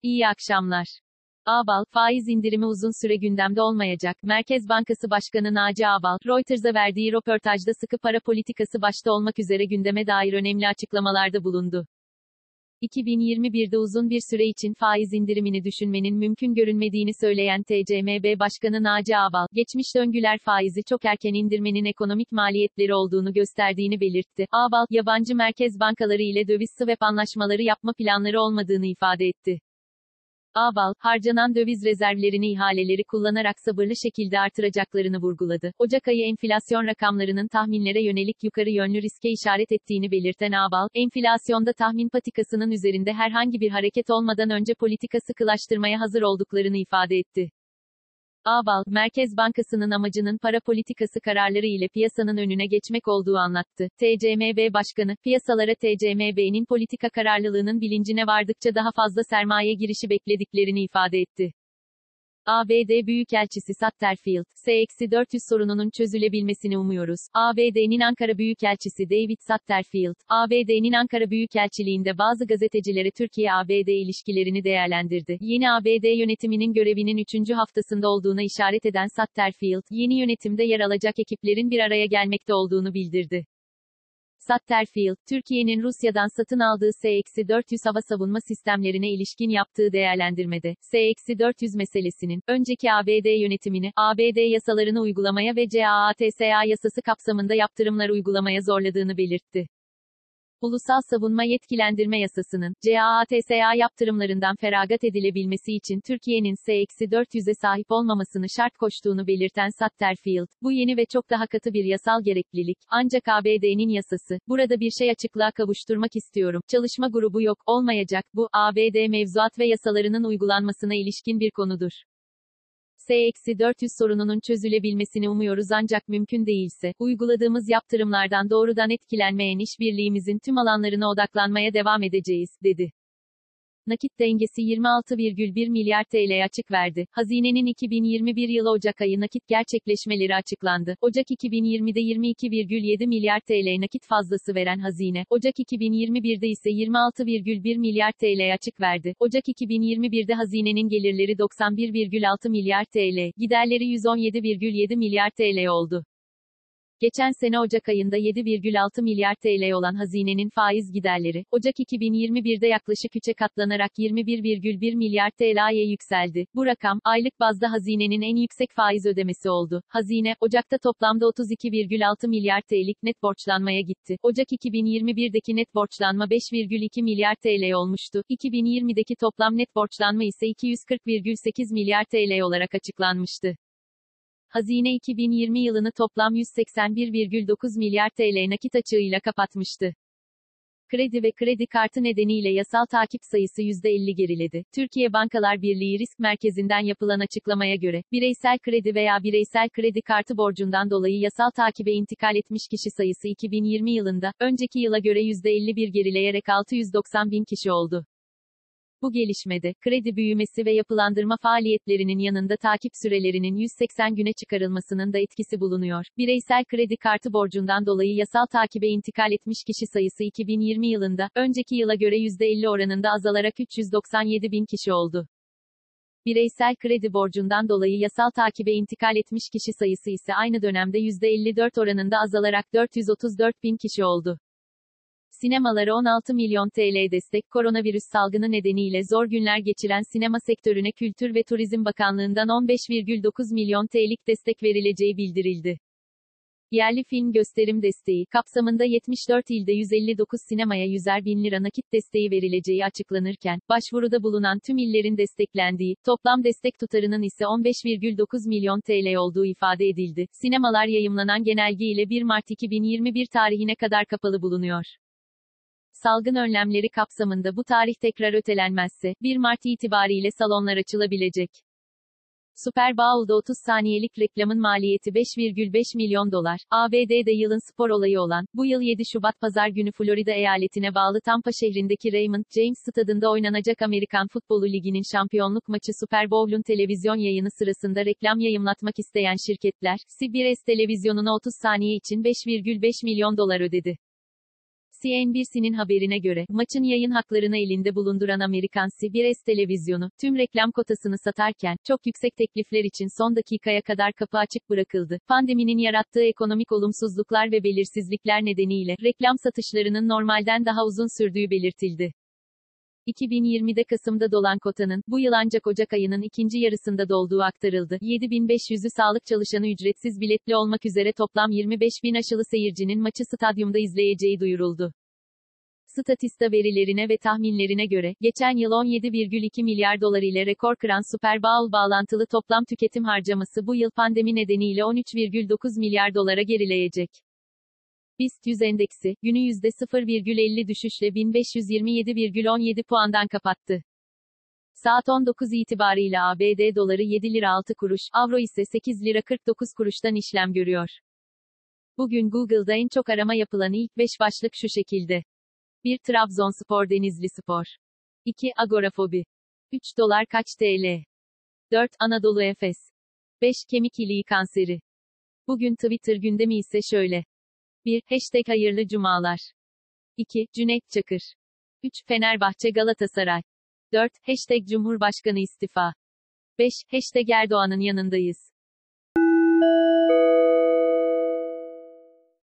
İyi akşamlar. Ağbal, faiz indirimi uzun süre gündemde olmayacak. Merkez Bankası Başkanı Naci Ağbal, Reuters'a verdiği röportajda sıkı para politikası başta olmak üzere gündeme dair önemli açıklamalarda bulundu. 2021'de uzun bir süre için faiz indirimini düşünmenin mümkün görünmediğini söyleyen TCMB Başkanı Naci Ağbal, geçmiş döngüler faizi çok erken indirmenin ekonomik maliyetleri olduğunu gösterdiğini belirtti. Ağbal, yabancı merkez bankaları ile döviz swap anlaşmaları yapma planları olmadığını ifade etti. Ağbal, harcanan döviz rezervlerini ihaleleri kullanarak sabırlı şekilde artıracaklarını vurguladı. Ocak ayı enflasyon rakamlarının tahminlere yönelik yukarı yönlü riske işaret ettiğini belirten Ağbal, enflasyonda tahmin patikasının üzerinde herhangi bir hareket olmadan önce politika sıkılaştırmaya hazır olduklarını ifade etti. Ağbal, Merkez Bankası'nın amacının para politikası kararları ile piyasanın önüne geçmek olduğu anlattı. TCMB Başkanı, piyasalara TCMB'nin politika kararlılığının bilincine vardıkça daha fazla sermaye girişi beklediklerini ifade etti. ABD Büyükelçisi Satterfield, S-400 sorununun çözülebilmesini umuyoruz. ABD'nin Ankara Büyükelçisi David Satterfield, ABD'nin Ankara Büyükelçiliğinde bazı gazetecilere Türkiye-ABD ilişkilerini değerlendirdi. Yeni ABD yönetiminin görevinin 3. haftasında olduğuna işaret eden Satterfield, yeni yönetimde yer alacak ekiplerin bir araya gelmekte olduğunu bildirdi. Satterfield, Türkiye'nin Rusya'dan satın aldığı S-400 hava savunma sistemlerine ilişkin yaptığı değerlendirmede, S-400 meselesinin, önceki ABD yönetimini, ABD yasalarını uygulamaya ve CAATSA yasası kapsamında yaptırımlar uygulamaya zorladığını belirtti. Ulusal Savunma Yetkilendirme Yasası'nın, CAATSA yaptırımlarından feragat edilebilmesi için Türkiye'nin S-400'e sahip olmamasını şart koştuğunu belirten Satterfield, bu yeni ve çok daha katı bir yasal gereklilik, ancak ABD'nin yasası, burada bir şey açıklığa kavuşturmak istiyorum, çalışma grubu yok, olmayacak, bu, ABD mevzuat ve yasalarının uygulanmasına ilişkin bir konudur. S-400 sorununun çözülebilmesini umuyoruz ancak mümkün değilse, uyguladığımız yaptırımlardan doğrudan etkilenmeyen işbirliğimizin tüm alanlarına odaklanmaya devam edeceğiz, dedi. Nakit dengesi 26,1 milyar TL açık verdi. Hazinenin 2021 yılı Ocak ayı nakit gerçekleşmeleri açıklandı. Ocak 2020'de 22,7 milyar TL nakit fazlası veren hazine, Ocak 2021'de ise 26,1 milyar TL açık verdi. Ocak 2021'de hazinenin gelirleri 91,6 milyar TL, giderleri 117,7 milyar TL oldu. Geçen sene Ocak ayında 7,6 milyar TL olan hazinenin faiz giderleri, Ocak 2021'de yaklaşık 3'e katlanarak 21,1 milyar TL'ye yükseldi. Bu rakam, aylık bazda hazinenin en yüksek faiz ödemesi oldu. Hazine, Ocak'ta toplamda 32,6 milyar TL'lik net borçlanmaya gitti. Ocak 2021'deki net borçlanma 5,2 milyar TL olmuştu. 2020'deki toplam net borçlanma ise 240,8 milyar TL olarak açıklanmıştı. Hazine 2020 yılını toplam 181,9 milyar TL nakit açığıyla kapatmıştı. Kredi ve kredi kartı nedeniyle yasal takip sayısı %50 geriledi. Türkiye Bankalar Birliği Risk Merkezi'nden yapılan açıklamaya göre, bireysel kredi veya bireysel kredi kartı borcundan dolayı yasal takibe intikal etmiş kişi sayısı 2020 yılında, önceki yıla göre %51 gerileyerek 690 bin kişi oldu. Bu gelişmede, kredi büyümesi ve yapılandırma faaliyetlerinin yanında takip sürelerinin 180 güne çıkarılmasının da etkisi bulunuyor. Bireysel kredi kartı borcundan dolayı yasal takibe intikal etmiş kişi sayısı 2020 yılında, önceki yıla göre %50 oranında azalarak 397 bin kişi oldu. Bireysel kredi borcundan dolayı yasal takibe intikal etmiş kişi sayısı ise aynı dönemde %54 oranında azalarak 434 bin kişi oldu. Sinemalara 16 milyon TL destek. Koronavirüs salgını nedeniyle zor günler geçiren sinema sektörüne Kültür ve Turizm Bakanlığı'ndan 15,9 milyon TL'lik destek verileceği bildirildi. Yerli film gösterim desteği kapsamında 74 ilde 159 sinemaya 100'er bin lira nakit desteği verileceği açıklanırken, başvuruda bulunan tüm illerin desteklendiği, toplam destek tutarının ise 15,9 milyon TL olduğu ifade edildi. Sinemalar yayımlanan genelge ile 1 Mart 2021 tarihine kadar kapalı bulunuyor. Salgın önlemleri kapsamında bu tarih tekrar ötelenmezse, 1 Mart itibariyle salonlar açılabilecek. Super Bowl'da 30 saniyelik reklamın maliyeti $5,5 milyon. ABD'de yılın spor olayı olan, bu yıl 7 Şubat Pazar günü Florida eyaletine bağlı Tampa şehrindeki Raymond James stadında oynanacak Amerikan Futbolu Ligi'nin şampiyonluk maçı Super Bowl'un televizyon yayını sırasında reklam yayımlatmak isteyen şirketler, CBS televizyonuna 30 saniye için $5,5 milyon ödedi. CNBC'nin haberine göre, maçın yayın haklarını elinde bulunduran Amerikan CBS televizyonu, tüm reklam kotasını satarken, çok yüksek teklifler için son dakikaya kadar kapı açık bırakıldı. Pandeminin yarattığı ekonomik olumsuzluklar ve belirsizlikler nedeniyle, reklam satışlarının normalden daha uzun sürdüğü belirtildi. 2020'de Kasım'da dolan kotanın, bu yıl ancak Ocak ayının ikinci yarısında dolduğu aktarıldı. 7.500'ü sağlık çalışanı ücretsiz biletli olmak üzere toplam 25.000 aşılı seyircinin maçı stadyumda izleyeceği duyuruldu. Statista verilerine ve tahminlerine göre, geçen yıl 17,2 milyar dolar ile rekor kıran Super Bowl bağlantılı toplam tüketim harcaması bu yıl pandemi nedeniyle 13,9 milyar dolara gerileyecek. BIST 100 endeksi, günü %0,50 düşüşle 1527,17 puandan kapattı. Saat 19 itibarıyla ABD doları 7 lira 6 kuruş, avro ise 8 lira 49 kuruştan işlem görüyor. Bugün Google'da en çok arama yapılan ilk 5 başlık şu şekilde. 1. Trabzonspor Denizlispor. 2. Agorafobi. 3 dolar kaç TL? 4. Anadolu Efes. 5. Kemik iliği kanseri. Bugün Twitter gündemi ise şöyle. 1. Hayırlı cumalar. 2. Cüneyt Çakır. 3. Fenerbahçe Galatasaray. 4. Cumhurbaşkanı istifa. 5. Erdoğan'ın yanındayız.